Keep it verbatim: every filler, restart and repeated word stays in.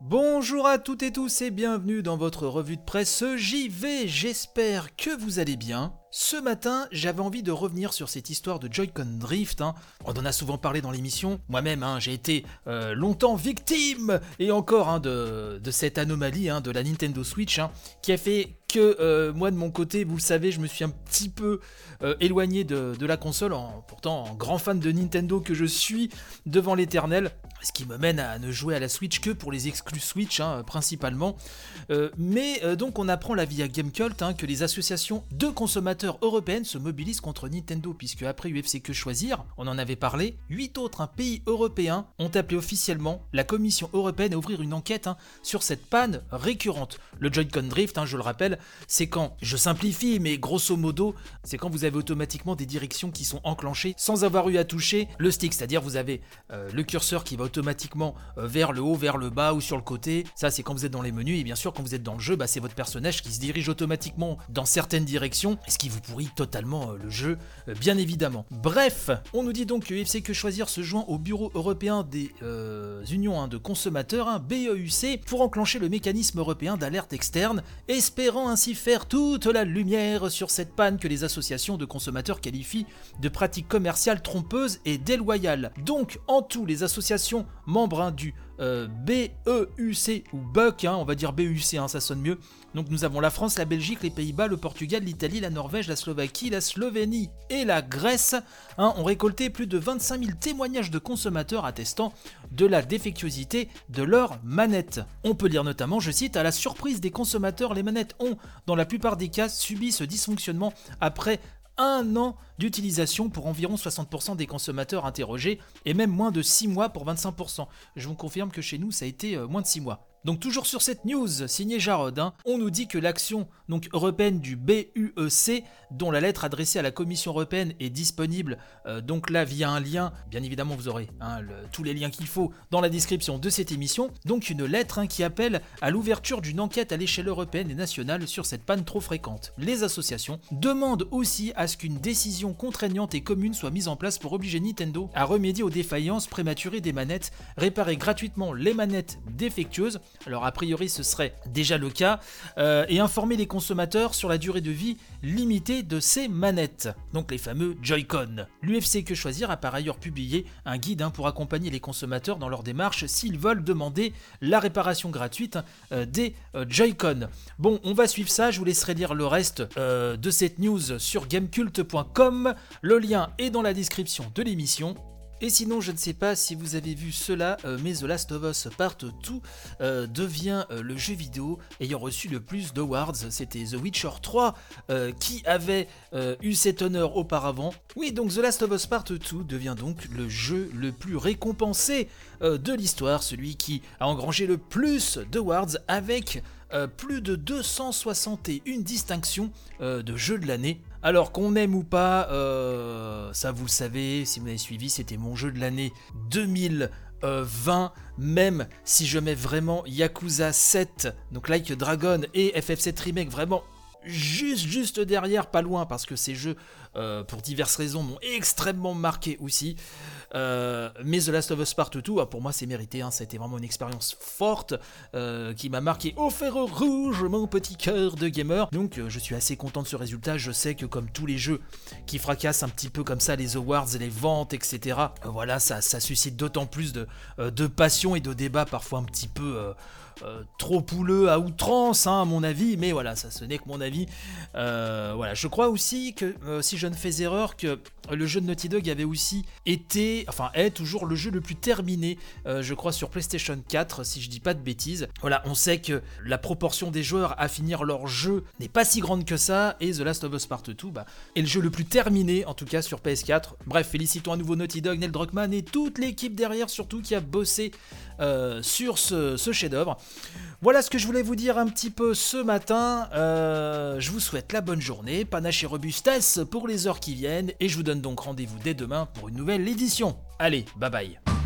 Bonjour à toutes et tous et bienvenue dans votre revue de presse J V, j'espère que vous allez bien. Ce matin, j'avais envie de revenir sur cette histoire de Joy-Con Drift, hein. On en a souvent parlé dans l'émission, moi-même hein, j'ai été euh, longtemps victime, et encore hein, de, de cette anomalie hein, de la Nintendo Switch, hein, qui a fait que euh, moi de mon côté, vous le savez, je me suis un petit peu euh, éloigné de, de la console, en, pourtant en grand fan de Nintendo que je suis devant l'éternel. Ce qui me mène à ne jouer à la Switch que pour les exclus Switch, hein, principalement. Euh, mais euh, donc on apprend là via Gamecult hein, que les associations de consommateurs européennes se mobilisent contre Nintendo, puisque après U F C Que Choisir, on en avait parlé, huit autres hein, pays européens ont appelé officiellement la Commission européenne à ouvrir une enquête hein, sur cette panne récurrente. Le Joy-Con Drift, hein, je le rappelle, c'est quand, je simplifie, mais grosso modo, c'est quand vous avez automatiquement des directions qui sont enclenchées sans avoir eu à toucher le stick, c'est-à-dire vous avez euh, le curseur qui va automatiquement euh, vers le haut, vers le bas ou sur le côté. Ça c'est quand vous êtes dans les menus, et bien sûr quand vous êtes dans le jeu, bah, c'est votre personnage qui se dirige automatiquement dans certaines directions, ce qui vous pourrit totalement euh, le jeu, euh, bien évidemment. Bref, on nous dit donc que U F C Que Choisir se joint au Bureau européen des euh, unions hein, de consommateurs, hein, B E U C, pour enclencher le mécanisme européen d'alerte externe, espérant ainsi faire toute la lumière sur cette panne que les associations de consommateurs qualifient de pratiques commerciales trompeuses et déloyales. Donc en tout, les associations membres hein, du euh, B E U C ou B U C, hein, on va dire B E U C, hein, ça sonne mieux. Donc nous avons la France, la Belgique, les Pays-Bas, le Portugal, l'Italie, la Norvège, la Slovaquie, la Slovénie et la Grèce hein, ont récolté plus de vingt-cinq mille témoignages de consommateurs attestant de la défectuosité de leurs manettes. On peut lire notamment, je cite, à la surprise des consommateurs, les manettes ont, dans la plupart des cas, subi ce dysfonctionnement après un an d'utilisation pour environ soixante pour cent des consommateurs interrogés et même moins de six mois pour vingt-cinq pour cent. Je vous confirme que chez nous ça a été euh, moins de six mois. Donc toujours sur cette news signée Jarod, hein, on nous dit que l'action donc européenne du B U E C, dont la lettre adressée à la Commission européenne est disponible euh, donc là via un lien, bien évidemment vous aurez hein, le, tous les liens qu'il faut dans la description de cette émission, donc une lettre hein, qui appelle à l'ouverture d'une enquête à l'échelle européenne et nationale sur cette panne trop fréquente. Les associations demandent aussi à ce qu'une décision contraignante et commune soit mise en place pour obliger Nintendo à remédier aux défaillances prématurées des manettes, réparer gratuitement les manettes défectueuses, alors a priori ce serait déjà le cas, euh, et informer les consommateurs sur la durée de vie limitée de ces manettes, donc les fameux Joy-Con. L'U F C Que Choisir a par ailleurs publié un guide hein, pour accompagner les consommateurs dans leur démarche s'ils veulent demander la réparation gratuite euh, des euh, Joy-Con. Bon, on va suivre ça, je vous laisserai lire le reste euh, de cette news sur gamecult point com, le lien est dans la description de l'émission. Et sinon, je ne sais pas si vous avez vu cela, euh, mais The Last of Us Part deux euh, devient euh, le jeu vidéo ayant reçu le plus d'awards. C'était The Witcher trois euh, qui avait euh, eu cet honneur auparavant. Oui, donc The Last of Us Part deux devient donc le jeu le plus récompensé euh, de l'histoire, celui qui a engrangé le plus d'awards avec euh, plus de deux cent soixante et une distinctions euh, de jeu de l'année. Alors qu'on aime ou pas, euh, ça vous le savez, si vous avez suivi, c'était mon jeu de l'année deux mille vingt, même si je mets vraiment Yakuza sept, donc Like a Dragon et F F sept Remake vraiment juste juste derrière, pas loin, parce que ces jeux, euh, pour diverses raisons, m'ont extrêmement marqué aussi. Euh, mais The Last of Us Part deux, ah, pour moi c'est mérité, hein, ça a été vraiment une expérience forte euh, qui m'a marqué au fer rouge, mon petit cœur de gamer. Donc euh, je suis assez content de ce résultat. Je sais que comme tous les jeux qui fracassent un petit peu comme ça les awards, les ventes, et cetera, euh, voilà, ça, ça suscite d'autant plus de, euh, de passion et de débats parfois un petit peu euh, euh, trop pouleux à outrance, hein, à mon avis, mais voilà, ça ce n'est que mon avis. Euh, voilà, je crois aussi que, euh, si je ne fais erreur, que le jeu de Naughty Dog avait aussi été, enfin est toujours le jeu le plus terminé, euh, je crois sur PlayStation quatre, si je dis pas de bêtises. Voilà, on sait que la proportion des joueurs à finir leur jeu n'est pas si grande que ça, et The Last of Us Part deux bah, est le jeu le plus terminé, en tout cas sur P S quatre. Bref, félicitons à nouveau Naughty Dog, Neil Druckmann et toute l'équipe derrière surtout qui a bossé euh, sur ce, ce chef-d'œuvre. Voilà ce que je voulais vous dire un petit peu ce matin. Euh, je vous souhaite la bonne journée, panache et robustesse pour les heures qui viennent, et je vous donne donc rendez-vous dès demain pour une nouvelle édition. Allez, bye bye.